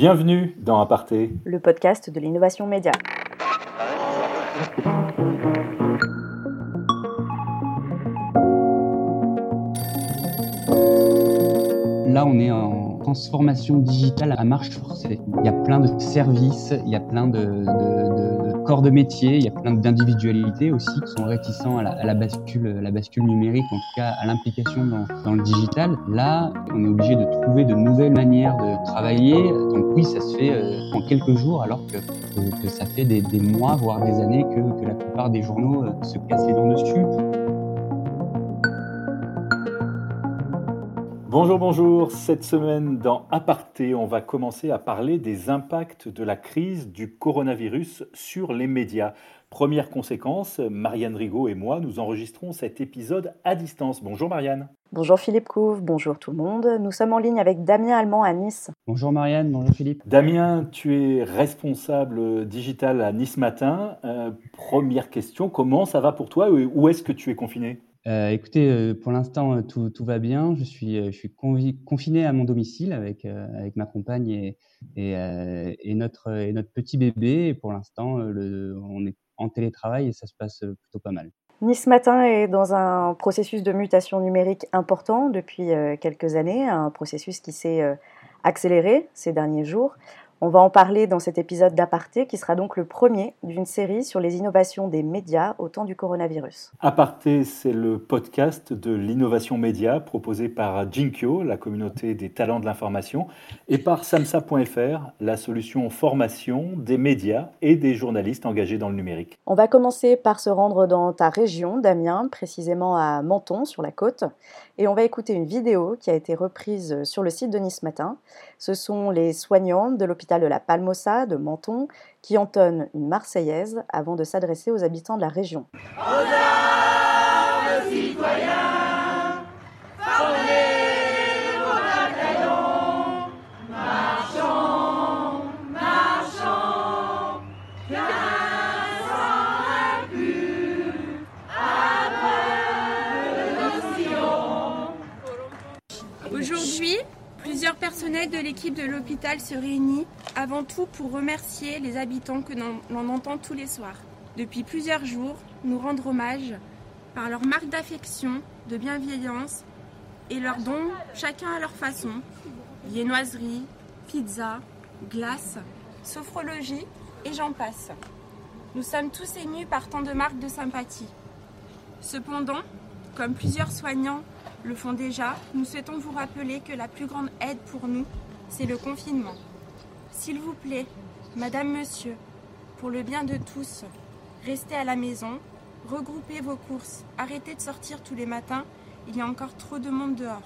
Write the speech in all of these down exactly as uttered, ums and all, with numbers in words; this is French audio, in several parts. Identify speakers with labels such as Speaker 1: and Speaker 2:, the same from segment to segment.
Speaker 1: Bienvenue dans Aparté,
Speaker 2: le podcast de l'innovation média.
Speaker 3: Là, on est en transformation digitale à marche forcée. Il y a plein de services, il y a plein de, de, de corps de métier, il y a plein d'individualités aussi qui sont réticents à la, à la bascule, la bascule numérique, en tout cas à l'implication dans, dans le digital. Là, on est obligé de trouver de nouvelles manières de travailler. Donc oui, ça se fait euh, en quelques jours, alors que, que, que ça fait des, des mois, voire des années que, que la plupart des journaux euh, se cassent les dents dessus.
Speaker 1: Bonjour, bonjour. Cette semaine dans Aparté, on va commencer à parler des impacts de la crise du coronavirus sur les médias. Première conséquence, Marianne Rigaud et moi, nous enregistrons cet épisode à distance. Bonjour Marianne.
Speaker 2: Bonjour Philippe Couve, bonjour tout le monde. Nous sommes en ligne avec Damien Allemand à Nice.
Speaker 3: Bonjour Marianne, bonjour Philippe.
Speaker 1: Damien, tu es responsable digital à Nice Matin. Euh, première question, comment ça va pour toi et où est-ce que tu es confiné ?
Speaker 3: Euh, écoutez, euh, pour l'instant, euh, tout, tout va bien. Je suis, euh, je suis convi- confiné à mon domicile avec, euh, avec ma compagne et, et, euh, et, notre, et notre petit bébé. Et pour l'instant, euh, le, on est en télétravail et ça se passe euh, plutôt pas mal.
Speaker 2: Nice Matin est dans un processus de mutation numérique important depuis euh, quelques années, un processus qui s'est euh, accéléré ces derniers jours. On va en parler dans cet épisode d'Aparté, qui sera donc le premier d'une série sur les innovations des médias au temps du coronavirus.
Speaker 1: Aparté, c'est le podcast de l'innovation média proposé par Jinkyo, la communauté des talents de l'information, et par Samsa point F R, la solution formation des médias et des journalistes engagés dans le numérique.
Speaker 2: On va commencer par se rendre dans ta région, Damien, précisément à Menton, sur la côte, et on va écouter une vidéo qui a été reprise sur le site de Nice Matin. Ce sont les soignants de l'hôpital de la Palmosa de Menton qui entonnent une Marseillaise avant de s'adresser aux habitants de la région.
Speaker 4: Aux armes, citoyens, formez vos bataillons, marchons, marchons, quinze ans impurs, après nos sillons.
Speaker 5: Aujourd'hui, plusieurs personnels de l'équipe de l'hôpital se réunissent avant tout pour remercier les habitants que l'on entend tous les soirs. Depuis plusieurs jours, nous rendre hommage par leur marque d'affection, de bienveillance et leurs dons, chacun à leur façon. Viennoiserie, pizza, glace, sophrologie et j'en passe. Nous sommes tous émus par tant de marques de sympathie. Cependant, comme plusieurs soignants le font déjà, nous souhaitons vous rappeler que la plus grande aide pour nous, c'est le confinement. S'il vous plaît, Madame, Monsieur, pour le bien de tous, restez à la maison, regroupez vos courses, arrêtez de sortir tous les matins, il y a encore trop de monde dehors.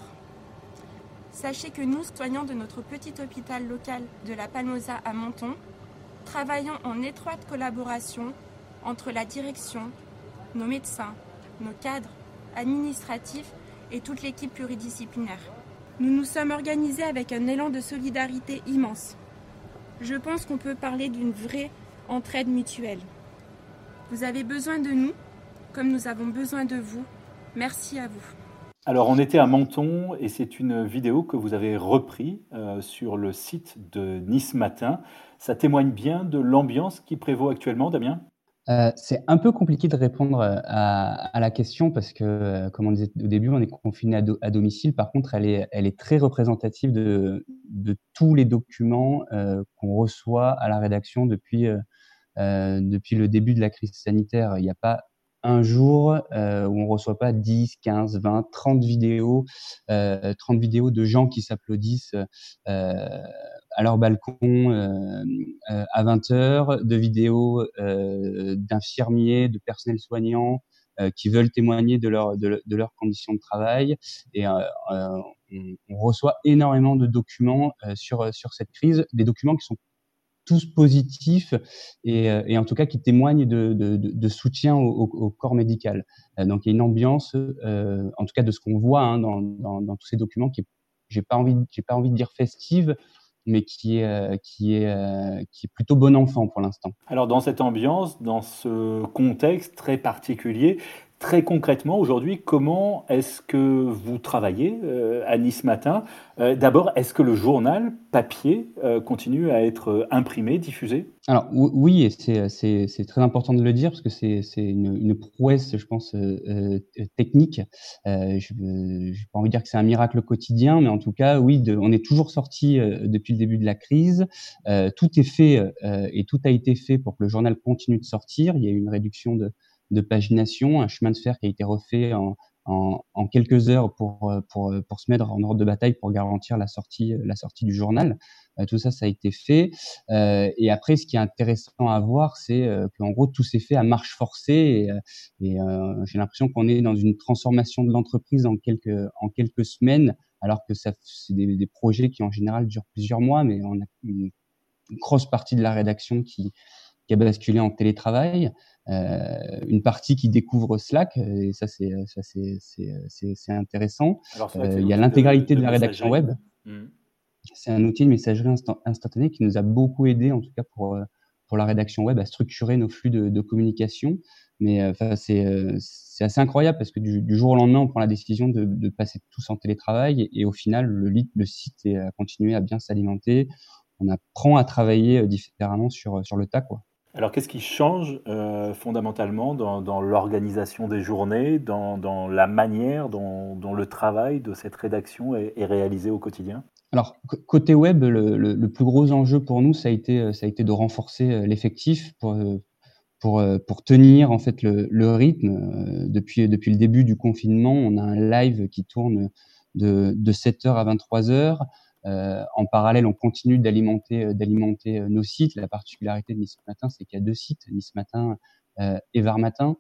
Speaker 5: Sachez que nous, soignants de notre petit hôpital local de la Palmosa à Menton, travaillons en étroite collaboration entre la direction, nos médecins, nos cadres administratifs et toute l'équipe pluridisciplinaire. Nous nous sommes organisés avec un élan de solidarité immense. Je pense qu'on peut parler d'une vraie entraide mutuelle. Vous avez besoin de nous, comme nous avons besoin de vous. Merci à vous.
Speaker 1: Alors, on était à Menton et c'est une vidéo que vous avez reprise euh, sur le site de Nice Matin. Ça témoigne bien de l'ambiance qui prévaut actuellement, Damien ?
Speaker 3: Euh, c'est un peu compliqué de répondre à, à la question parce que, euh, comme on disait au début, on est confiné à, do- à domicile. Par contre, elle est, elle est très représentative de, de tous les documents euh, qu'on reçoit à la rédaction depuis, euh, euh, depuis le début de la crise sanitaire. Il n'y a pas un jour euh, où on reçoit pas dix, quinze, vingt, trente vidéos, euh, trente vidéos de gens qui s'applaudissent euh, à leur balcon euh, euh, à vingt heures, de vidéos euh, d'infirmiers, de personnels soignants euh, qui veulent témoigner de, leur, de, de leurs conditions de travail. Et euh, euh, on, on reçoit énormément de documents euh, sur, sur cette crise, des documents qui sont tous positifs et, et en tout cas qui témoignent de, de, de soutien au, au, au corps médical. Euh, donc il y a une ambiance, euh, en tout cas de ce qu'on voit hein, dans, dans, dans tous ces documents, qui est, j'ai pas envie, j'ai pas envie de dire festive, mais qui est, euh, qui est, euh, qui est plutôt bon enfant pour l'instant.
Speaker 1: Alors dans cette ambiance, dans ce contexte très particulier, Très concrètement, aujourd'hui, comment est-ce que vous travaillez euh, à Nice Matin? Euh, D'abord, est-ce que le journal papier euh, continue à être euh, imprimé, diffusé?
Speaker 3: Alors ou oui et c'est, c'est c'est très important de le dire parce que c'est c'est une une prouesse, je pense, heu heu, technique. Heu, je veux j'ai pas envie de dire que c'est un miracle quotidien, mais en tout cas, oui, de on est toujours sortis, heu, depuis le début de la crise. Heu, tout est fait, heu et tout a été fait pour que le journal continue de sortir. Il y a eu une réduction de de pagination, un chemin de fer qui a été refait en en en quelques heures pour, heu, pour, heu, pour se mettre en ordre de bataille pour garantir la sortie, la sortie du journal. Heu, tout ça, ça a été fait. Heu et après, ce qui est intéressant à voir, c'est, heu, qu'en gros, tout s'est fait à marche forcée et heu et heu, j'ai l'impression qu'on est dans une transformation de l'entreprise en quelques en quelques semaines, alors que ça c'est des des projets qui, en général, durent plusieurs mois, mais on a une une grosse partie de la rédaction qui qui a basculé en télétravail, heu, une partie qui découvre Slack et ça c'est, ça c'est c'est, c'est c'est intéressant.
Speaker 1: Alors c'est vrai que
Speaker 3: Heu,
Speaker 1: c'est
Speaker 3: il y a
Speaker 1: l'outil de,
Speaker 3: l'intégralité
Speaker 1: de
Speaker 3: de la rédaction
Speaker 1: messagerie.
Speaker 3: web.
Speaker 1: Hmm.
Speaker 3: C'est un outil de messagerie instan instantanée qui nous a beaucoup aidé, en tout cas pour, heu, pour la rédaction web, à structurer nos flux de de communication. Mais, heu, enfin, c'est, heu, c'est assez incroyable parce que du du jour au lendemain, on prend la décision de de passer tous en télétravail et et au final, le lit le site est a continué à bien s'alimenter. On apprend à travailler, heu, différemment sur, sur le tas, quoi.
Speaker 1: Alors qu'est-ce qui change euh, fondamentalement dans, dans l'organisation des journées, dans, dans la manière dont, dont le travail de cette rédaction est, est réalisé au quotidien?
Speaker 3: Alors, cô côté web, le le le plus gros enjeu pour nous, ça a été, heu, ça a été de renforcer, heu, l'effectif pour, heu, pour, heu, pour tenir en fait le le rythme. Heu, depuis depuis le début du confinement, on a un live qui tourne de de sept heures à vingt-trois heures. Heu, en parallèle, on continue d'alimenter, heu, d'alimenter, heu, nos sites. La particularité de Nice Matin, c'est qu'il y a deux sites, Nice Matin, heu, et Var Matin.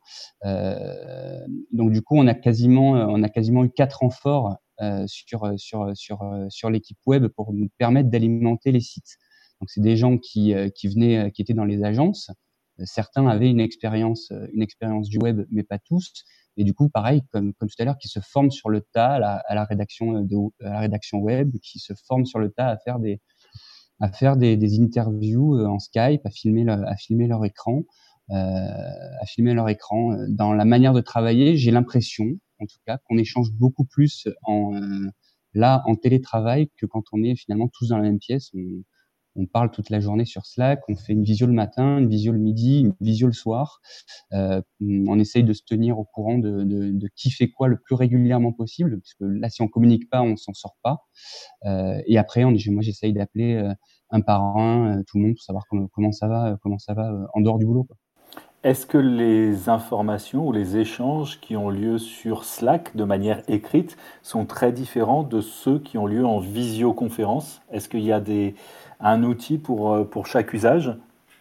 Speaker 3: Heu, donc du coup, on a quasiment, heu, on a quasiment eu quatre renforts, heu, sur, heu, sur, heu, sur, heu, sur l'équipe web pour nous permettre d'alimenter les sites. Donc c'est des gens qui, heu, qui venaient, heu, qui étaient dans les agences. Heu, certains avaient une expérience, heu, une expérience du web, mais pas tous. Et du coup, pareil, comme comme tout à l'heure, qui se forment sur le tas à la à la rédaction, heu, de à la rédaction web, qui se forment sur le tas à faire des à faire des des interviews, heu, en Skype, à filmer le à filmer leur écran, heu, à filmer leur écran. Heu, dans la manière de travailler, j'ai l'impression, en tout cas, qu'on échange beaucoup plus en, heu, là, en télétravail que quand on est finalement tous dans la même pièce. On on parle toute la journée sur Slack, on fait une visio le matin, une visio le midi, une visio le soir. Heu, mmh, on essaye de se tenir au courant de de de qui fait quoi le plus régulièrement possible, parce que là, si on communique pas, on s'en sort pas. Heu et après, on moi, j'essaye d'appeler, heu, un par un, heu, tout le monde pour savoir comment comment ça va, heu, comment ça va, heu, en dehors du boulot, quoi.
Speaker 1: Est-ce que les informations ou les échanges qui ont lieu sur Slack de manière écrite sont très différents de ceux qui ont lieu en visioconférence? Est-ce qu'il y a des, un outil pour, euh, pour chaque usage?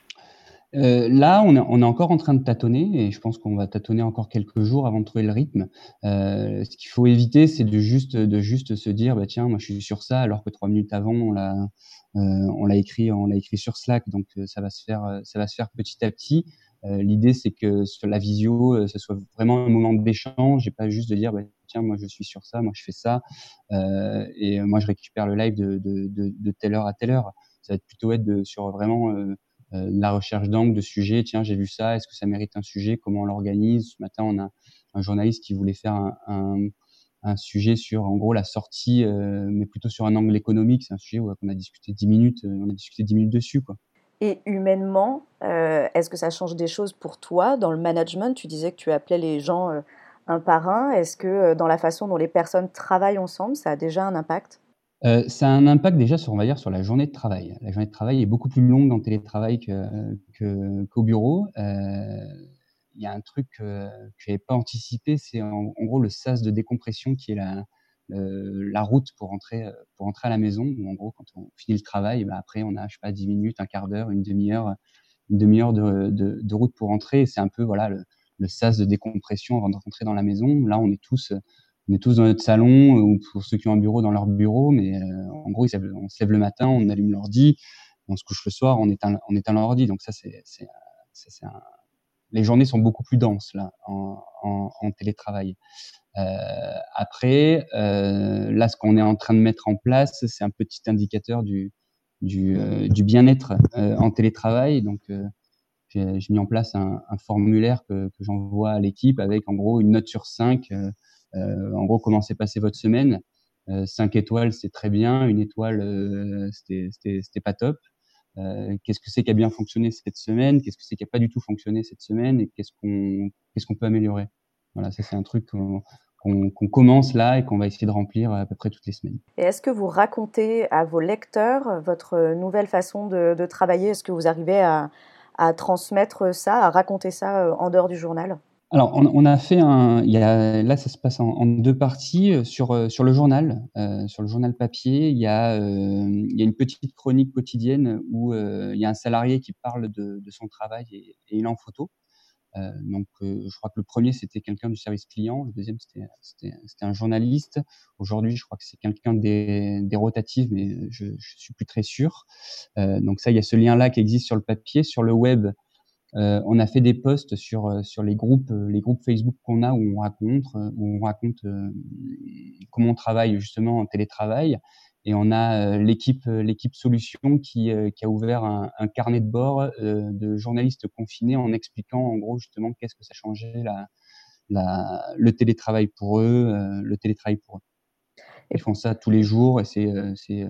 Speaker 3: Heu, là, on est on est encore en train de tâtonner et je pense qu'on va tâtonner encore quelques jours avant de trouver le rythme. Heu, ce qu'il faut éviter, c'est de juste de juste se dire: «Bah, tiens, moi, je suis sur ça», alors que trois minutes avant, on l'a, heu, on l'a écrit on l'a écrit sur Slack, donc heu, ça va se faire, heu, ça va se faire petit à petit. Heu, l'idée, c'est que sur la visio, heu, ce soit vraiment un moment d'échange et pas juste de dire: «Bah, tiens, moi, je suis sur ça, moi, je fais ça, heu et heu, moi, je récupère le live de de de de telle heure à telle heure». Ça va être plutôt être de sur vraiment, heu heu, de la recherche d'angles, de sujets. Tiens, j'ai vu ça, est-ce que ça mérite un sujet? Comment on l'organise? Ce matin, on a un journaliste qui voulait faire un un un sujet sur, en gros, la sortie, heu, mais plutôt sur un angle économique. C'est un sujet, ouais, qu'on a discuté dix minutes, heu, on a discuté dix minutes dessus, quoi.
Speaker 2: Et humainement, euh, est-ce que ça change des choses pour toi dans le management? Tu disais que tu appelais les gens euh, un par un. Est-ce que euh, dans la façon dont les personnes travaillent ensemble, ça a déjà un impact?
Speaker 3: Heu, ça a un impact déjà sur, on va dire, sur la journée de travail. La journée de travail est beaucoup plus longue en télétravail que que qu'au bureau. Heu, il y a un truc, heu, que j'avais pas anticipé, c'est en en gros le sas de décompression qui est la le la route pour rentrer, heu, pour rentrer à la maison. Où en gros, quand on finit le travail, bah, après on a, je sais pas, dix minutes, un quart d'heure, une demi-heure, une demi-heure de de de route pour rentrer et c'est un peu, voilà, le le sas de décompression avant de rentrer dans la maison. Là, on est tous, on est tous dans notre salon, euh, ou pour ceux qui ont un bureau, dans leur bureau, mais heu, en gros, ils se lèvent on se lève le matin, on allume l'ordi, on se couche le soir, on éteint on éteint l'ordi. Donc ça, c'est c'est, heu, ça c'est un les journées sont beaucoup plus denses là, en en en télétravail. Heu, après, heu, là, ce qu'on est en train de mettre en place, c'est un petit indicateur du du, heu, du bien-être, heu, en télétravail. Donc heu j'ai, j'ai mis en place un, un formulaire que, que j'envoie à l'équipe avec en gros une note sur cinq. Euh, euh, en gros, comment s'est passée votre semaine? Euh, cinq étoiles, c'est très bien. Une étoile, euh, c'était, c'était, c'était pas top. Euh, qu'est-ce que c'est qui a bien fonctionné cette semaine? Qu'est-ce que c'est qui a pas du tout fonctionné cette semaine? Et qu'est-ce qu'on, qu'est-ce qu'on peut améliorer? Voilà, ça c'est un truc qu'on, qu'on, qu'on commence là et qu'on va essayer de remplir à peu près toutes les semaines.
Speaker 2: Et est-ce que vous racontez à vos lecteurs votre nouvelle façon de, de travailler? Est-ce que vous arrivez à, à transmettre ça, à raconter ça en dehors du journal?
Speaker 3: Alors, on, on a fait un. Il y a, là, ça se passe en, en deux parties. Sur, sur le journal, euh, sur le journal papier, il y a, euh, il y a une petite chronique quotidienne où euh, il y a un salarié qui parle de, de son travail et, et il est en photo. Euh, donc, euh, je crois que le premier, c'était quelqu'un du service client. Le deuxième, c'était, c'était, c'était un journaliste. Aujourd'hui, je crois que c'est quelqu'un des, des rotatives, mais je, je suis plus très sûr. Euh, donc ça, il y a ce lien-là qui existe sur le papier. Sur le web, euh, on a fait des posts sur sur les groupes, les groupes Facebook qu'on a où on raconte, où on raconte euh, comment on travaille justement en télétravail. Et on a euh, l'équipe, l'équipe Solutions qui, euh, qui a ouvert un, un carnet de bord euh, de journalistes confinés en expliquant en gros justement qu'est-ce que ça changeait la, la, le télétravail pour eux, euh, le télétravail pour eux. Ils font ça tous les jours et c'est, euh, c'est,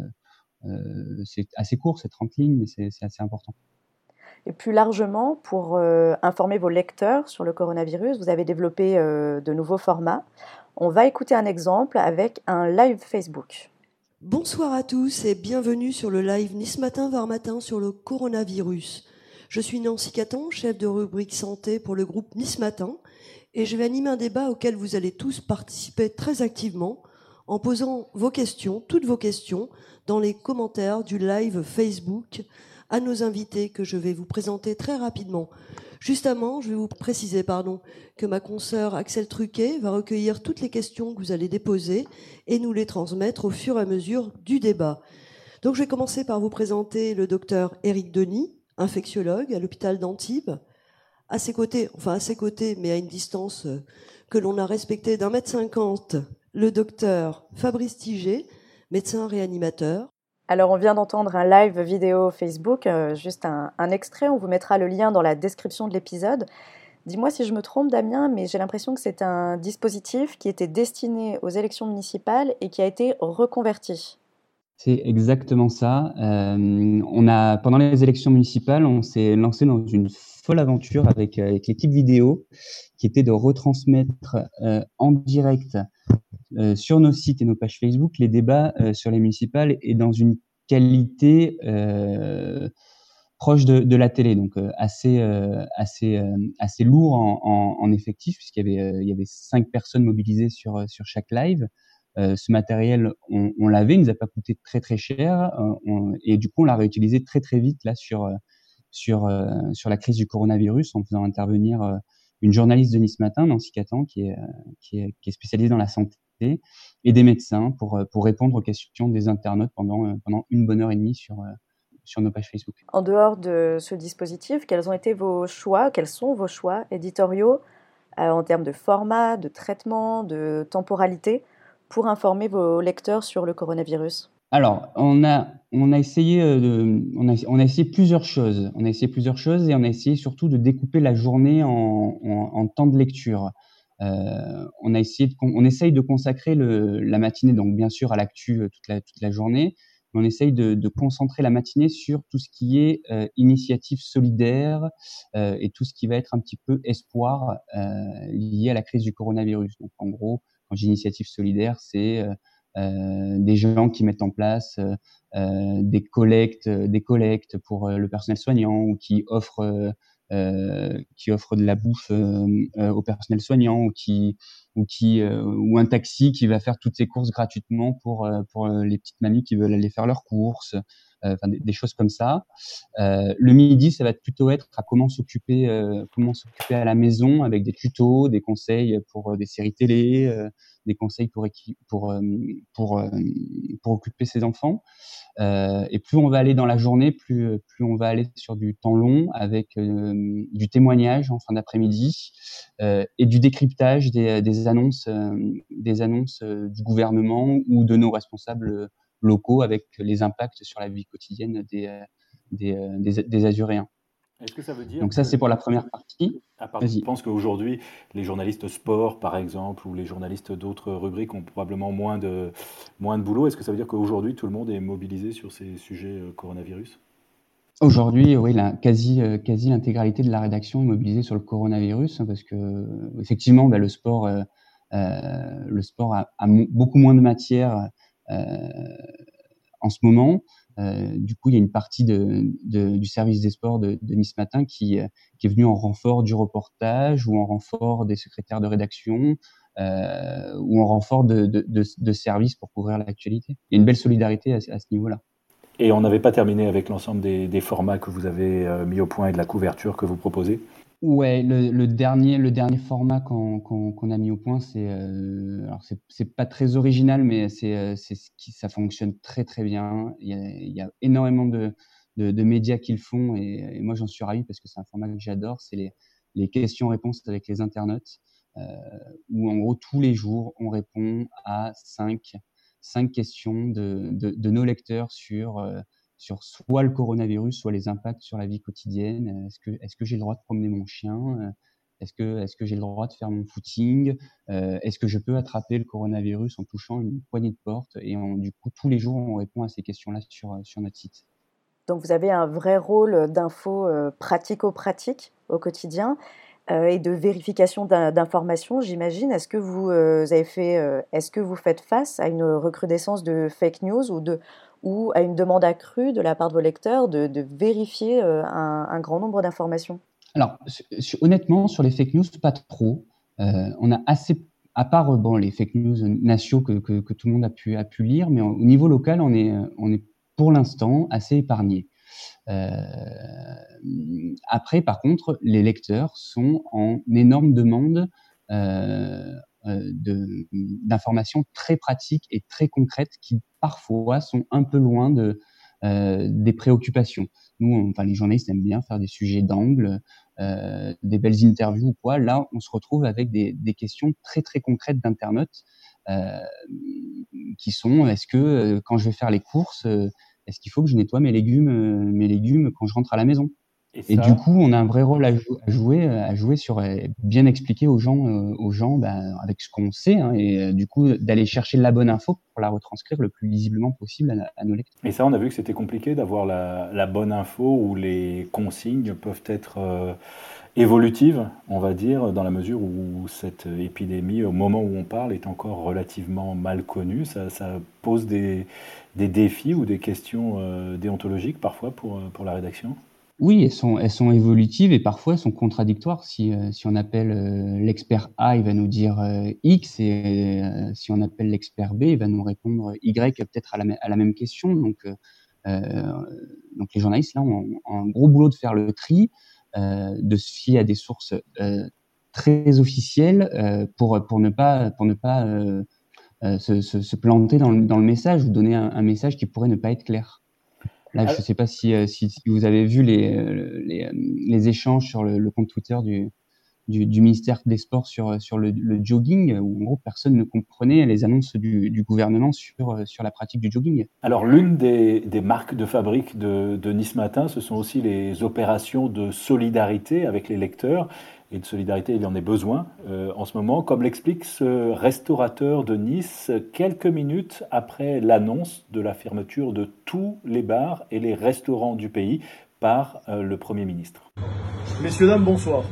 Speaker 3: euh, c'est assez court, c'est trente lignes, mais c'est, c'est assez important.
Speaker 2: Et plus largement, pour euh, informer vos lecteurs sur le coronavirus, vous avez développé euh, de nouveaux formats. On va écouter un exemple avec un live Facebook.
Speaker 6: Bonsoir à tous et bienvenue sur le live Nice Matin Var Matin sur le coronavirus. Je suis Nancy Caton, chef de rubrique santé pour le groupe Nice Matin, et je vais animer un débat auquel vous allez tous participer très activement en posant vos questions, toutes vos questions, dans les commentaires du live Facebook à nos invités que je vais vous présenter très rapidement. Justement, je vais vous préciser pardon, que ma consoeur Axel Truquet va recueillir toutes les questions que vous allez déposer et nous les transmettre au fur et à mesure du débat. Donc je vais commencer par vous présenter le docteur Éric Denis, infectiologue à l'hôpital d'Antibes. À ses côtés, enfin à ses côtés, mais à une distance que l'on a respectée d'un mètre cinquante, le docteur Fabrice Tiget, médecin réanimateur.
Speaker 2: Alors, on vient d'entendre un live vidéo Facebook, euh, juste un, un extrait. On vous mettra le lien dans la description de l'épisode. Dis-moi si je me trompe, Damien, mais j'ai l'impression que c'est un dispositif qui était destiné aux élections municipales et qui a été reconverti.
Speaker 3: C'est exactement ça. Euh, on a, pendant les élections municipales, on s'est lancé dans une folle aventure avec, avec l'équipe vidéo qui était de retransmettre euh, en direct euh, sur nos sites et nos pages Facebook les débats euh, sur les municipales et dans une qualité euh, proche de, de la télé, donc euh, assez euh, assez euh, assez lourd en, en, en effectif puisqu'il y avait euh, il y avait cinq personnes mobilisées sur sur chaque live. Euh, ce matériel, on, on l'avait, il nous a pas coûté très très cher, euh, on, et du coup on l'a réutilisé très très vite là sur sur euh, sur la crise du coronavirus en faisant intervenir euh, une journaliste de Nice Matin, Nancy Caton, qui est qui est qui est spécialisée dans la santé, et des médecins pour pour répondre aux questions des internautes pendant pendant une bonne heure et demie sur sur nos pages Facebook.
Speaker 2: En dehors de ce dispositif, quels ont été vos choix, quels sont vos choix éditoriaux euh, en termes de format, de traitement, de temporalité pour informer vos lecteurs sur le coronavirus?
Speaker 3: Alors, on a, on a essayé de, on a, on a essayé plusieurs choses. On a essayé plusieurs choses et on a essayé surtout de découper la journée en, en, en temps de lecture. Euh, on a essayé de, on essaye de consacrer le, la matinée, donc bien sûr à l'actu toute la, toute la journée, mais on essaye de, de concentrer la matinée sur tout ce qui est euh, initiative solidaire euh, et tout ce qui va être un petit peu espoir euh, lié à la crise du coronavirus. Donc, en gros, quand j'ai initiative solidaire, c'est euh, Euh, des gens qui mettent en place euh, euh, des collectes, des collectes pour euh, le personnel soignant ou qui offrent, euh, euh, qui offrent de la bouffe euh, euh, au personnel soignant ou qui, ou qui, euh, ou un taxi qui va faire toutes ses courses gratuitement pour euh, pour les petites mamies qui veulent aller faire leurs courses. Euh, enfin, des, des choses comme ça. Euh, le midi, ça va plutôt être à comment s'occuper, euh, comment s'occuper à la maison avec des tutos, des conseils pour euh, des séries télé, euh, des conseils pour pour euh, pour euh, pour occuper ses enfants. Euh, et plus on va aller dans la journée, plus plus on va aller sur du temps long avec euh, du témoignage en fin d'après-midi euh, et du décryptage des, des annonces euh, des annonces euh, du gouvernement ou de nos responsables locaux avec les impacts sur la vie quotidienne des des, des, des Azuréens.
Speaker 1: Est-ce que ça veut dire
Speaker 3: Donc ça,
Speaker 1: que...
Speaker 3: c'est pour la première partie.
Speaker 1: Ah, pardon.
Speaker 3: Vas-y.
Speaker 1: Je pense qu'aujourd'hui, les journalistes sport, par exemple, ou les journalistes d'autres rubriques ont probablement moins de, moins de boulot. Est-ce que ça veut dire qu'aujourd'hui, tout le monde est mobilisé sur ces sujets euh, coronavirus?
Speaker 3: Aujourd'hui, oui, la quasi, euh, quasi l'intégralité de la rédaction est mobilisée sur le coronavirus, hein, parce que euh, effectivement, bah, le sport, euh, euh, le sport a, a mo- beaucoup moins de matière euh, en ce moment. Euh, du coup, il y a une partie de, de- du service des sports de, de Nice Matin qui, euh, qui est venue en renfort du reportage ou en renfort des secrétaires de rédaction euh, ou en renfort de, de, de, de services pour couvrir l'actualité. Il y a une belle solidarité à, à ce niveau-là.
Speaker 1: Et on n'avait pas terminé avec l'ensemble des, des formats que vous avez euh, mis au point et de la couverture que vous proposez?
Speaker 3: Ouais, le, le dernier, le dernier format qu'on qu'on, qu'on a mis au point, c'est, euh, alors c'est, c'est pas très original, mais c'est, euh, c'est ce qui, ça fonctionne très très bien. Il y a, il y a énormément de, de, de médias qui le font, et, et moi j'en suis ravi parce que c'est un format que j'adore. C'est les, les questions-réponses avec les internautes, euh, où en gros tous les jours on répond à cinq, cinq questions de, de, de nos lecteurs sur euh, sur soit le coronavirus, soit les impacts sur la vie quotidienne. Est-ce que, est-ce que j'ai le droit de promener mon chien? Est-ce que, est-ce que j'ai le droit de faire mon footing? Euh, est-ce que je peux attraper le coronavirus en touchant une poignée de porte? Et on, du coup, tous les jours, on répond à ces questions-là sur, sur notre site.
Speaker 2: Donc vous avez un vrai rôle d'info euh, pratico-pratique au quotidien euh, et de vérification d'in- d'informations, j'imagine. Est-ce que vous euh, avez fait, euh, est-ce que vous faites face à une recrudescence de fake news ou de ou à une demande accrue de la part de vos lecteurs de, de vérifier euh, un, un grand nombre d'informations?
Speaker 3: Alors, su- su- honnêtement, sur les fake news, pas trop. Euh, on a assez, à part euh, bon, les fake news nationaux que, que, que tout le monde a pu, a pu lire, mais au niveau local, on est, on est pour l'instant assez épargné. Euh, après, par contre, les lecteurs sont en énorme demande euh, euh, de, d'informations très pratiques et très concrètes qui parfois sont un peu loin de, euh, des préoccupations. Nous, on, enfin, les journalistes aiment bien faire des sujets d'angle, euh, des belles interviews ou quoi. Là, on se retrouve avec des, des questions très très concrètes d'internautes euh, qui sont: est-ce que euh, quand je vais faire les courses, euh, est-ce qu'il faut que je nettoie mes légumes, euh, mes légumes quand je rentre à la maison?
Speaker 1: Et
Speaker 3: Et
Speaker 1: ça,
Speaker 3: du coup, on a un vrai rôle à, jou- à jouer, euh, à jouer sur euh, bien expliquer aux gens, euh, aux gens, ben, avec ce qu'on sait, hein, et euh, du coup d'aller chercher la bonne info pour la retranscrire le plus lisiblement possible à, à nos lecteurs.
Speaker 1: et ça, on a vu que c'était compliqué d'avoir la, la bonne info où les consignes peuvent être euh, évolutives, on va dire, dans la mesure où cette épidémie, au moment où on parle, est encore relativement mal connue. Ça, ça pose des, des défis ou des questions euh, déontologiques parfois pour, euh, pour la rédaction.
Speaker 3: Oui, elles sont, elles sont évolutives et parfois elles sont contradictoires. Si, euh, si on appelle euh, l'expert A, il va nous dire euh, X, et euh, si on appelle l'expert B, il va nous répondre Y, peut-être à la, à la même question. Donc, euh, euh, donc les journalistes, là, ont, ont un gros boulot de faire le tri, euh, de se fier à des sources euh, très officielles euh, pour, pour ne pas, pour ne pas euh, euh, se, se, se planter dans le, dans le message ou donner un, un message qui pourrait ne pas être clair. Là, je ne sais pas si, euh, si, si vous avez vu les, les, les échanges sur le, le compte Twitter du, du, du ministère des Sports sur, sur le, le jogging, où en gros personne ne comprenait les annonces du, du gouvernement sur, sur la pratique du jogging.
Speaker 1: Alors, l'une des, des marques de fabrique de, de Nice Matin, ce sont aussi les opérations de solidarité avec les lecteurs. Et de solidarité, il y en a besoin euh, en ce moment, comme l'explique ce restaurateur de Nice quelques minutes après l'annonce de la fermeture de tous les bars et les restaurants du pays par euh, le Premier ministre.
Speaker 7: Messieurs, dames, bonsoir.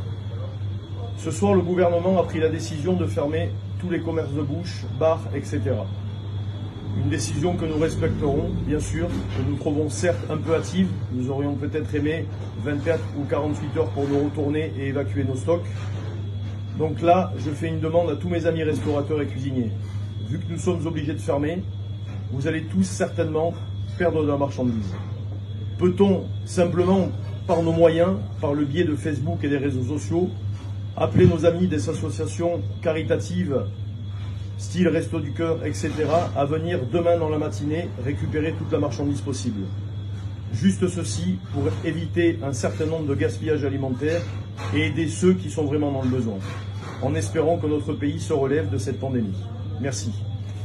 Speaker 7: Ce soir, le gouvernement a pris la décision de fermer tous les commerces de bouche, bars, et cetera. Une décision que nous respecterons, bien sûr, que nous trouvons certes un peu hâtive. Nous aurions peut-être aimé vingt-quatre ou quarante-huit heures pour nous retourner et évacuer nos stocks. Donc là, je fais une demande à tous mes amis restaurateurs et cuisiniers. Vu que nous sommes obligés de fermer, vous allez tous certainement perdre de la marchandise. Peut-on simplement, par nos moyens, par le biais de Facebook et des réseaux sociaux, appeler nos amis des associations caritatives style Resto du Cœur, et cetera, à venir demain dans la matinée récupérer toute la marchandise possible. Juste ceci pour éviter un certain nombre de gaspillages alimentaires et aider ceux qui sont vraiment dans le besoin, en espérant que notre pays se relève de cette pandémie. Merci.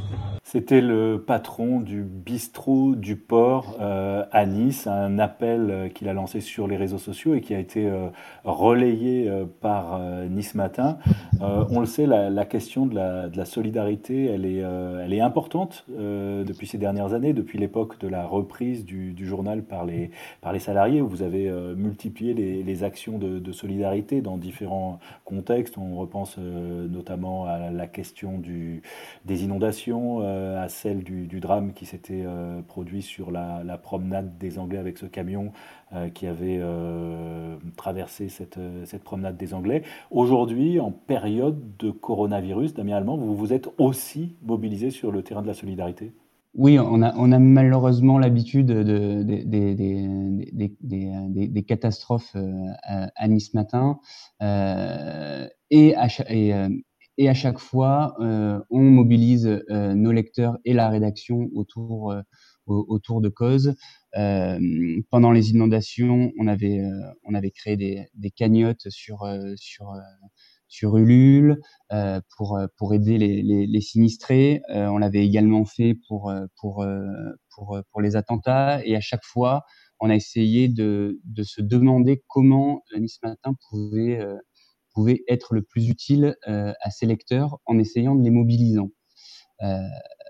Speaker 1: C'était le patron du bistrot du port euh, à Nice, un appel euh, qu'il a lancé sur les réseaux sociaux et qui a été euh, relayé euh, par euh, Nice Matin. Euh, on le sait, la, la question de la, de la solidarité, elle est, euh, elle est importante euh, depuis ces dernières années, depuis l'époque de la reprise du, du journal par les, par les salariés, où vous avez euh, multiplié les, les actions de, de solidarité dans différents contextes. On repense euh, notamment à la question du, des inondations, euh, à celle du, du drame qui s'était euh, produit sur la, la promenade des Anglais avec ce camion euh, qui avait euh, traversé cette, cette promenade des Anglais. Aujourd'hui, en période de coronavirus, Damien Allemand, vous vous êtes aussi mobilisé sur le terrain de la solidarité?
Speaker 3: Oui, on a, on a malheureusement l'habitude de, de, de, des, des, des, des, des catastrophes à, à Nice Matin. Euh, et, à, et, et à chaque fois, euh, on mobilise euh, nos lecteurs et la rédaction autour, euh, autour de causes. Euh, pendant les inondations, on avait, euh, on avait créé des, des cagnottes sur, euh, sur, euh, sur Ulule euh, pour pour aider les les, les sinistrés. Euh, on l'avait également fait pour pour pour pour les attentats. Et à chaque fois, on a essayé de de se demander comment Nice Matin pouvait euh, pouvait être le plus utile euh, à ses lecteurs en essayant de les mobilisant. Euh,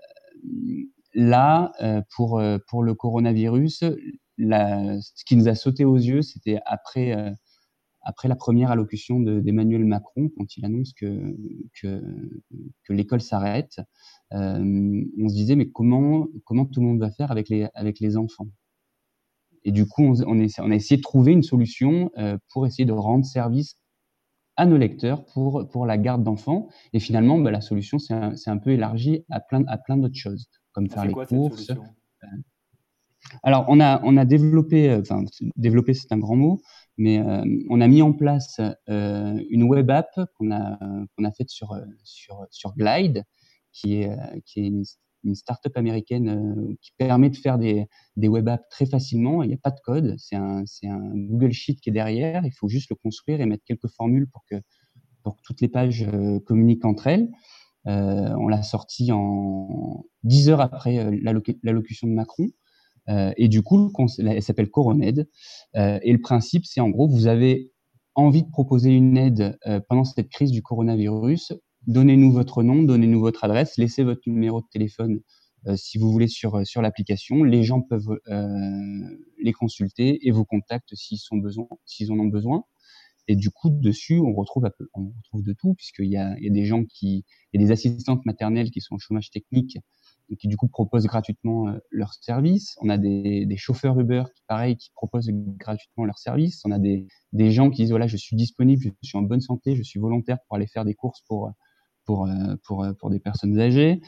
Speaker 3: là, euh, pour pour le coronavirus, la, ce qui nous a sauté aux yeux, c'était après euh, après la première allocution de, d'Emmanuel Macron, quand il annonce que, que, que l'école s'arrête, euh, on se disait, mais comment, comment tout le monde va faire avec les, avec les enfants? Et du coup, on, on, est, on a essayé de trouver une solution euh, pour essayer de rendre service à nos lecteurs pour, pour la garde d'enfants. Et finalement, bah, la solution s'est un, un peu élargie à plein, à plein d'autres choses, comme faire
Speaker 1: c'est
Speaker 3: les
Speaker 1: quoi,
Speaker 3: courses.
Speaker 1: Cette solution ?
Speaker 3: Alors, on a, on a développé, enfin, développé, c'est un grand mot, mais euh, on a mis en place euh, une web app qu'on a, qu'on a faite sur, sur, sur Glide, qui est, qui est une, une start-up américaine euh, qui permet de faire des, des web apps très facilement. Il n'y a pas de code, c'est un, c'est un Google Sheet qui est derrière. Il faut juste le construire et mettre quelques formules pour que, pour que toutes les pages euh, communiquent entre elles. Euh, on l'a sorti en dix heures après euh, l'alloc- l'allocution de Macron. Euh, et du coup, elle s'appelle Coroned. Euh, et le principe, c'est en gros, vous avez envie de proposer une aide euh, pendant cette crise du coronavirus. Donnez-nous votre nom, donnez-nous votre adresse, laissez votre numéro de téléphone euh, si vous voulez sur sur l'application. Les gens peuvent euh, les consulter et vous contactent s'ils sont besoin, s'ils en ont besoin. Et du coup, dessus, on retrouve un peu, on retrouve de tout, puisqu'il y a, il y a des gens qui, il y a des assistantes maternelles qui sont au chômage technique et qui du coup proposent gratuitement euh, leurs services. On a des, des chauffeurs Uber qui, pareil, qui proposent gratuitement leurs services. On a des, des gens qui disent voilà, je suis disponible, je suis en bonne santé, je suis volontaire pour aller faire des courses pour pour pour pour des personnes âgées.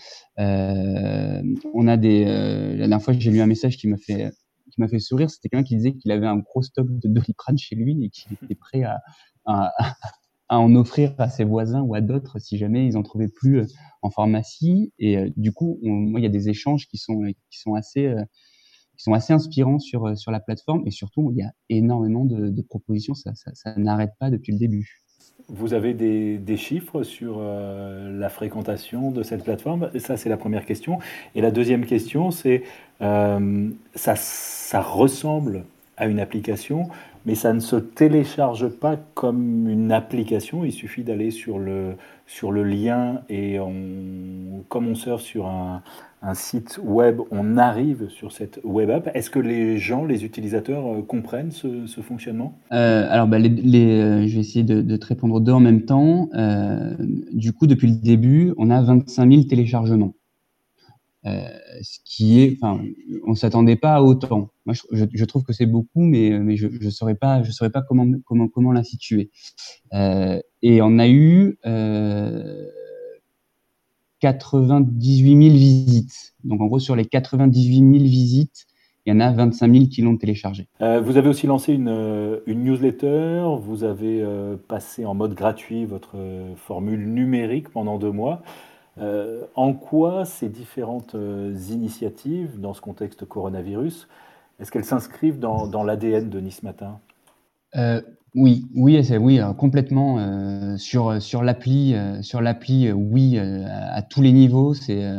Speaker 3: Euh, on a des, euh, la dernière fois, j'ai lu un message qui m'a fait qui m'a fait sourire, c'était quelqu'un qui disait qu'il avait un gros stock de Doliprane chez lui et qu'il était prêt à, à, à en offrir à ses voisins ou à d'autres si jamais ils en trouvaient plus en pharmacie. Et euh, du coup, on, moi, il y a des échanges qui sont qui sont assez euh, qui sont assez inspirants sur sur la plateforme, et surtout, il y a énormément de, de propositions. Ça, ça, ça n'arrête pas depuis le début.
Speaker 1: Vous avez des, des chiffres sur euh, la fréquentation de cette plateforme? Ça, c'est la première question. Et la deuxième question, c'est euh, ça, ça ressemble à une application, mais ça ne se télécharge pas comme une application. Il suffit d'aller sur le, sur le lien et on, comme on surfe sur un, un site web, on arrive sur cette web app. Est-ce que les gens, les utilisateurs euh, comprennent ce, ce fonctionnement?
Speaker 3: euh, Alors, bah, les, les, euh, je vais essayer de, de te répondre aux deux en même temps. Euh, du coup, depuis le début, on a vingt-cinq mille téléchargements. Euh, ce qui est, enfin, on s'attendait pas à autant. Moi, je, je, je trouve que c'est beaucoup, mais mais je je saurais pas, je saurais pas comment comment comment la situer. Euh, et on a eu euh, quatre-vingt-dix-huit mille visites. Donc en gros, sur les quatre-vingt-dix-huit mille visites, il y en a vingt-cinq mille qui l'ont téléchargé.
Speaker 1: Euh, vous avez aussi lancé une, une newsletter. Vous avez euh, passé en mode gratuit votre euh, formule numérique pendant deux mois. Euh, en quoi ces différentes euh, initiatives, dans ce contexte coronavirus, est-ce qu'elles s'inscrivent dans, dans l'A D N de Nice Matin?
Speaker 3: euh, Oui, oui, c'est, oui, euh, complètement. Euh, sur sur l'appli, euh, sur l'appli, euh, oui, euh, à, à tous les niveaux. C'est euh,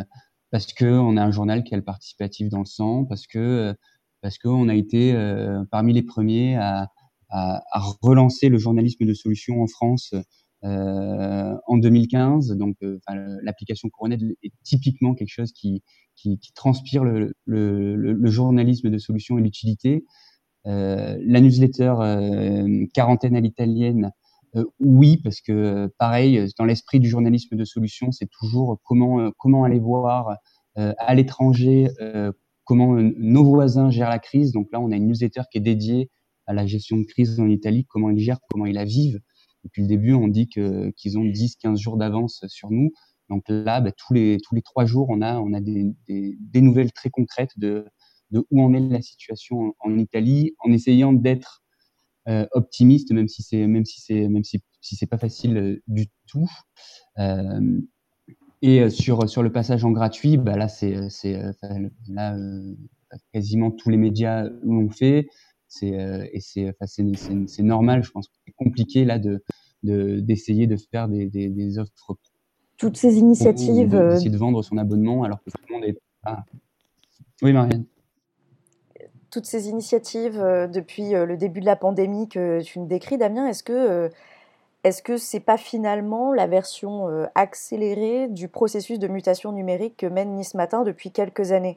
Speaker 3: parce qu'on a un journal qui a le participatif dans le sang, parce que parce qu'on a été euh, parmi les premiers à, à, à relancer le journalisme de solution en France euh, en deux mille quinze. Donc, euh, l'application Coronet est typiquement quelque chose qui, qui, qui transpire le, le, le, le journalisme de solution et l'utilité. Euh, la newsletter euh, quarantaine à l'italienne, euh, oui, parce que pareil, dans l'esprit du journalisme de solution, c'est toujours comment comment aller voir euh, à l'étranger euh, comment nos voisins gèrent la crise. Donc là, on a une newsletter qui est dédiée à la gestion de crise en Italie, comment ils gèrent, comment ils la vivent. Depuis le début, on dit que qu'ils ont dix quinze jours d'avance sur nous. Donc là, bah, tous les tous les trois jours, on a on a des des, des nouvelles très concrètes de de où en est la situation en, en Italie, en essayant d'être euh, optimiste, même si c'est même si c'est même si si c'est pas facile euh, du tout. Euh, et sur sur le passage en gratuit, bah là c'est c'est là euh, quasiment tous les médias l'ont fait. C'est euh, et c'est enfin c'est c'est c'est normal. Je pense que c'est compliqué là de de d'essayer de faire des des, des offres.
Speaker 2: Toutes ces initiatives.
Speaker 3: D'essayer de vendre son abonnement alors que tout le monde est. Ah. Oui, Marianne.
Speaker 2: Toutes ces initiatives euh, depuis euh, le début de la pandémie que tu nous décris, Damien, est-ce que euh, est-ce que c'est pas finalement la version euh, accélérée du processus de mutation numérique que mène Nice Matin depuis quelques années?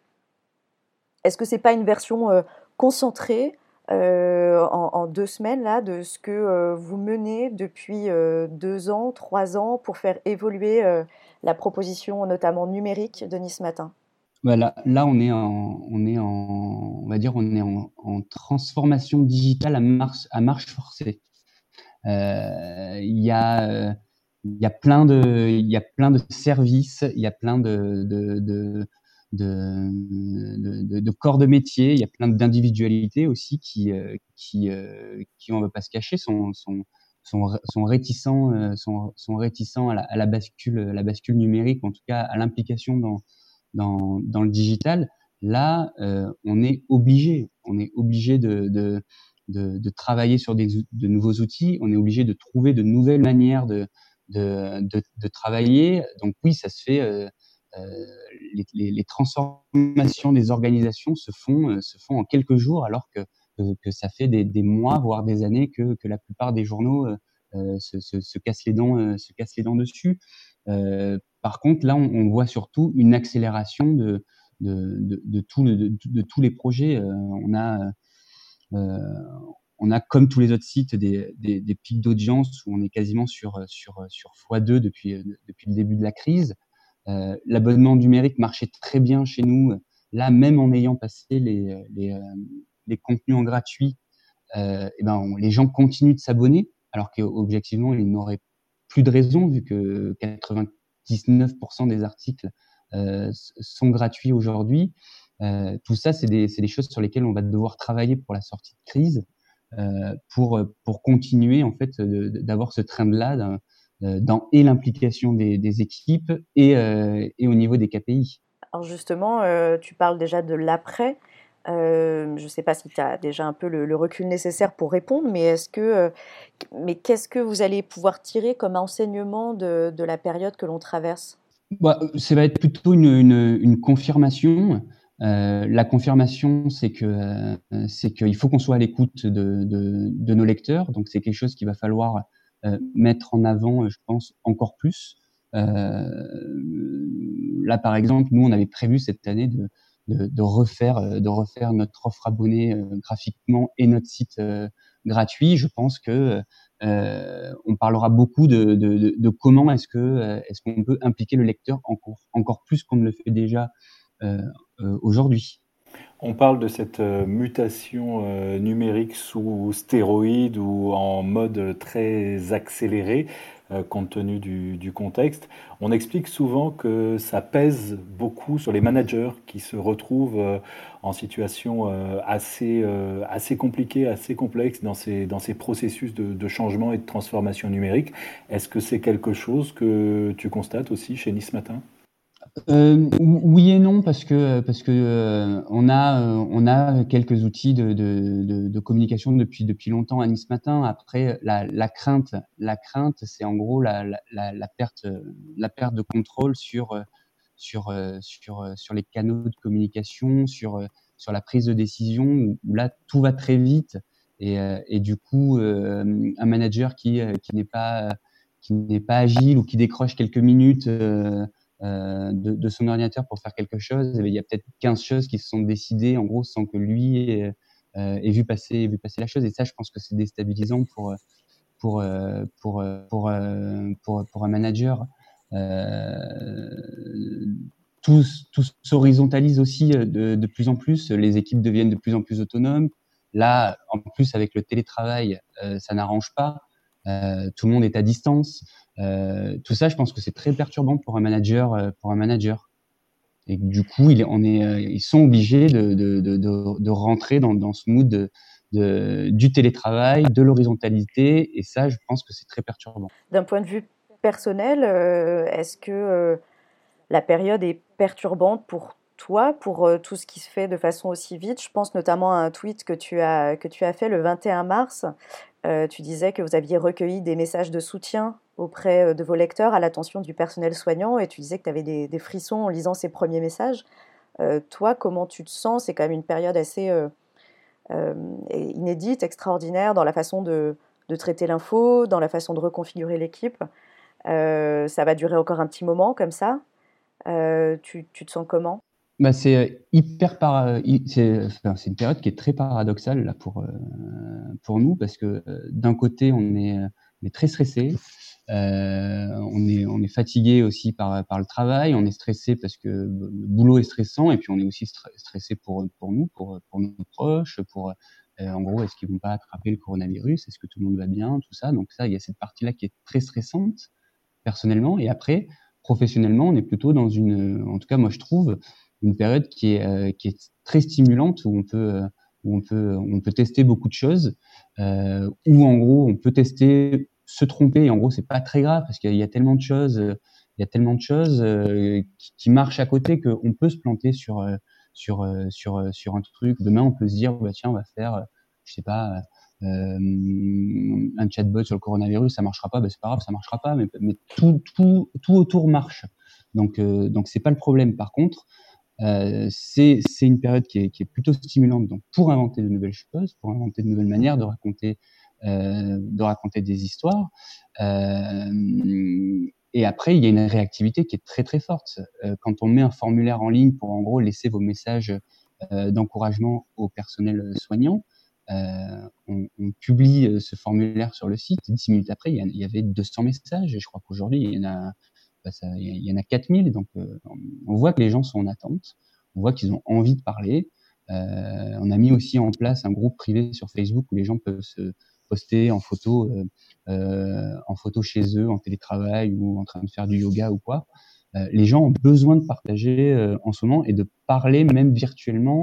Speaker 2: Est-ce que c'est pas une version euh, concentrée euh, en, en deux semaines là de ce que euh, vous menez depuis euh, deux ans, trois ans pour faire évoluer euh, la proposition notamment numérique de Nice Matin?
Speaker 3: Voilà, là on est en, on est en, on va dire, on est en, en transformation digitale à marche, à marche forcée. Euh, Il y a, il y a plein de, il y a plein de services, il y a plein de, de, de, de, de, de corps de métier, il y a plein d'individualités aussi qui, qui, qui, on va pas se cacher, sont, sont, sont, sont réticents, sont, sont réticents à la, à la bascule, la bascule numérique, en tout cas à l'implication dans Dans, dans le digital. Là, euh, on est obligé, on est obligé de, de, de, de travailler sur des, de nouveaux outils. On est obligé de trouver de nouvelles manières de, de, de, de travailler. Donc oui, ça se fait. Euh, euh, les, les, les transformations des organisations se font, euh, se font en quelques jours, alors que, que, que ça fait des, des mois, voire des années que, que la plupart des journaux euh, se, se, se cassent les dents, euh, se cassent les dents dessus. Euh, par contre, là, on, on voit surtout une accélération de, de, de, de, tout le, de, de tous les projets. Euh, on a, euh, on a comme tous les autres sites des, des, des pics d'audience où on est quasiment sur sur sur fois deux depuis depuis le début de la crise. Euh, l'abonnement numérique marchait très bien chez nous. Là, même en ayant passé les les, les contenus en gratuit, euh, et ben on, les gens continuent de s'abonner, alors qu'objectivement ils n'auraient plus de raison vu que quatre-vingt-dix-neuf pour cent des articles euh, sont gratuits aujourd'hui. Euh, tout ça, c'est des, c'est des choses sur lesquelles on va devoir travailler pour la sortie de crise, euh, pour pour continuer en fait de, de, d'avoir ce trend-là dans, dans et l'implication des, des équipes et euh, et au niveau des K P I.
Speaker 2: Alors justement, euh, tu parles déjà de l'après. Euh, je ne sais pas si tu as déjà un peu le, le recul nécessaire pour répondre, mais est-ce que, euh, mais qu'est-ce que vous allez pouvoir tirer comme enseignement de, de la période que l'on traverse?
Speaker 3: Bah, ça va être plutôt une, une, une confirmation. Euh, la confirmation, c'est que euh, c'est qu'il faut qu'on soit à l'écoute de, de, de nos lecteurs. Donc c'est quelque chose qu'il va falloir euh, mettre en avant, je pense, encore plus. Euh, là, par exemple, nous, on avait prévu cette année de De, de refaire de refaire notre offre abonnée euh, graphiquement et notre site euh, gratuit. Je pense que euh, on parlera beaucoup de, de, de, de comment est-ce que euh, est-ce qu'on peut impliquer le lecteur encore encore plus qu'on ne le fait déjà euh, euh, aujourd'hui.
Speaker 1: On parle de cette euh, mutation euh, numérique sous stéroïdes ou en mode très accéléré, euh, compte tenu du, du contexte. On explique souvent que ça pèse beaucoup sur les managers qui se retrouvent euh, en situation euh, assez, euh, assez compliquée, assez complexe dans ces, dans ces processus de, de changement et de transformation numérique. Est-ce que c'est quelque chose que tu constates aussi chez Nice Matin ?
Speaker 3: Euh, oui et non, parce que parce que euh, on a euh, on a quelques outils de, de, de, de communication depuis depuis longtemps à Nice Matin. Après, la, la crainte la crainte c'est en gros la, la, la perte la perte de contrôle sur sur euh, sur euh, sur les canaux de communication, sur euh, sur la prise de décision, où, où là tout va très vite et euh, et du coup euh, un manager qui euh, qui n'est pas qui n'est pas agile ou qui décroche quelques minutes euh, euh, de, de son ordinateur pour faire quelque chose, eh bien, il y a peut-être quinze choses qui se sont décidées en gros sans que lui ait, euh, ait vu passer ait vu passer la chose, et ça je pense que c'est déstabilisant pour pour pour pour pour, pour, pour un manager. Euh, tout, tout s'horizontalise aussi de, de plus en plus, les équipes deviennent de plus en plus autonomes. Là, en plus, avec le télétravail, euh, ça n'arrange pas. Euh, tout le monde est à distance. Euh, tout ça, je pense que c'est très perturbant pour un manager, pour un manager. Et du coup, il est, on est, ils sont obligés de, de, de, de, de rentrer dans, dans ce mood de, de, du télétravail, de l'horizontalité. Et ça, je pense que c'est très perturbant.
Speaker 2: D'un point de vue personnel, euh, est-ce que euh, la période est perturbante pour toi, pour euh, tout ce qui se fait de façon aussi vite? Je pense notamment à un tweet que tu as, que tu as fait le vingt et un mars. Euh, tu disais que vous aviez recueilli des messages de soutien auprès de vos lecteurs à l'attention du personnel soignant, et tu disais que tu avais des, des frissons en lisant ces premiers messages. Euh, toi, comment tu te sens? C'est quand même une période assez euh, euh, inédite, extraordinaire dans la façon de, de traiter l'info, dans la façon de reconfigurer l'équipe. Euh, ça va durer encore un petit moment comme ça. Euh, tu, tu te sens comment?
Speaker 3: Bah c'est hyper para... c'est, enfin, c'est une période qui est très paradoxale là pour euh, pour nous, parce que euh, d'un côté on est on est très stressé, euh, on est on est fatigué aussi par par le travail, on est stressé parce que le boulot est stressant, et puis on est aussi stressé pour pour nous, pour pour nos proches, pour euh, en gros, est-ce qu'ils vont pas attraper le coronavirus, est-ce que tout le monde va bien, tout ça. Donc ça, il y a cette partie-là qui est très stressante personnellement, et après professionnellement, on est plutôt dans une, en tout cas moi je trouve, une période qui est euh, qui est très stimulante, où on peut euh, où on peut on peut tester beaucoup de choses, euh, où en gros on peut tester, se tromper, et en gros c'est pas très grave parce qu'il y a tellement de choses euh, il y a tellement de choses euh, qui, qui marchent à côté qu'on peut se planter sur euh, sur euh, sur euh, sur un truc. Demain on peut se dire bah tiens on va faire euh, je sais pas euh, un chatbot sur le coronavirus, ça marchera pas, bah c'est pas grave, ça marchera pas, mais mais tout tout tout autour marche. Donc euh, donc c'est pas le problème. Par contre, Euh, c'est c'est une période qui est qui est plutôt stimulante, donc pour inventer de nouvelles choses, pour inventer de nouvelles manières de raconter euh, de raconter des histoires. Euh, et après, il y a une réactivité qui est très très forte. Euh, quand on met un formulaire en ligne pour en gros laisser vos messages euh, d'encouragement au personnel soignant, euh, on, on publie ce formulaire sur le site. Dix minutes après, il y, a, il y avait deux cents messages, et je crois qu'aujourd'hui il y en a Bah ça, il y en a quatre mille, donc euh, on voit que les gens sont en attente, on voit qu'ils ont envie de parler. Euh, on a mis aussi en place un groupe privé sur Facebook où les gens peuvent se poster en photo, euh, euh, en photo chez eux, en télétravail ou en train de faire du yoga ou quoi. Euh, les gens ont besoin de partager euh, en ce moment, et de parler même virtuellement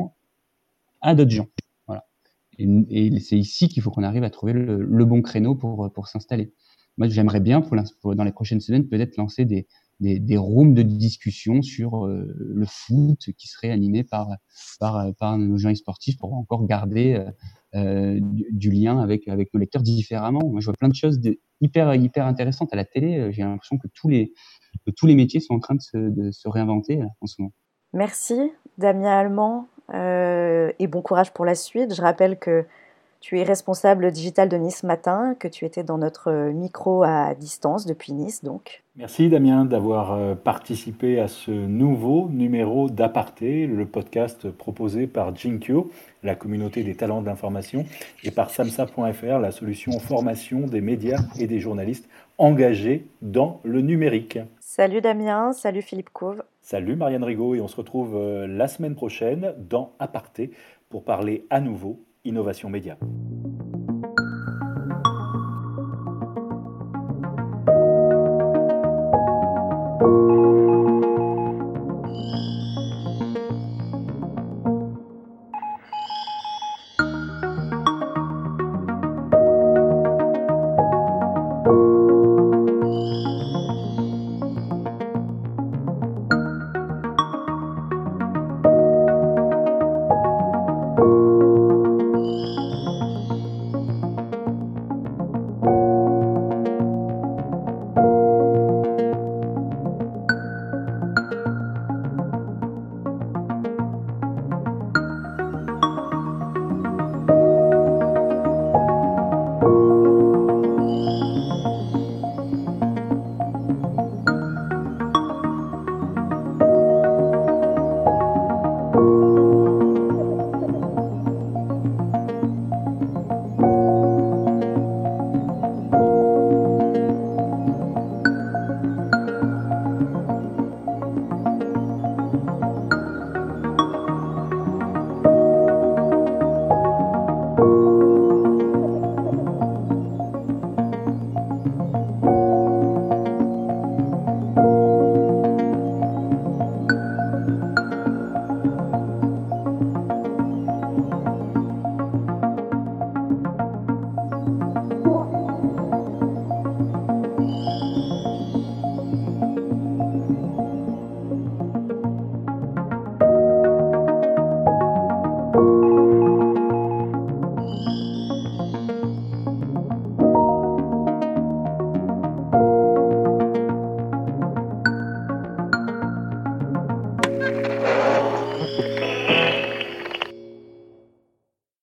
Speaker 3: à d'autres gens. Voilà. Et, et c'est ici qu'il faut qu'on arrive à trouver le, le bon créneau pour pour s'installer. Moi, j'aimerais bien, pour, pour dans les prochaines semaines, peut-être lancer des, des, des rooms de discussion sur euh, le foot, qui seraient animés par, par, par nos gens sportifs, pour encore garder euh, euh, du, du lien avec, avec nos lecteurs différemment. Moi, je vois plein de choses de, hyper, hyper intéressantes à la télé. J'ai l'impression que tous les, que tous les métiers sont en train de se, de se réinventer là, en ce moment.
Speaker 2: Merci, Damien Allemand, euh, et bon courage pour la suite. Je rappelle que tu es responsable digital de Nice Matin, que tu étais dans notre micro à distance depuis Nice, donc.
Speaker 1: Merci Damien d'avoir participé à ce nouveau numéro d'Aparté, le podcast proposé par Jinkyo, la communauté des talents de l'information, et par samsa point f r, la solution formation des médias et des journalistes engagés dans le numérique.
Speaker 2: Salut Damien, salut Philippe Cauve.
Speaker 1: Salut Marianne Rigaud, et on se retrouve la semaine prochaine dans Aparté pour parler à nouveau innovation média.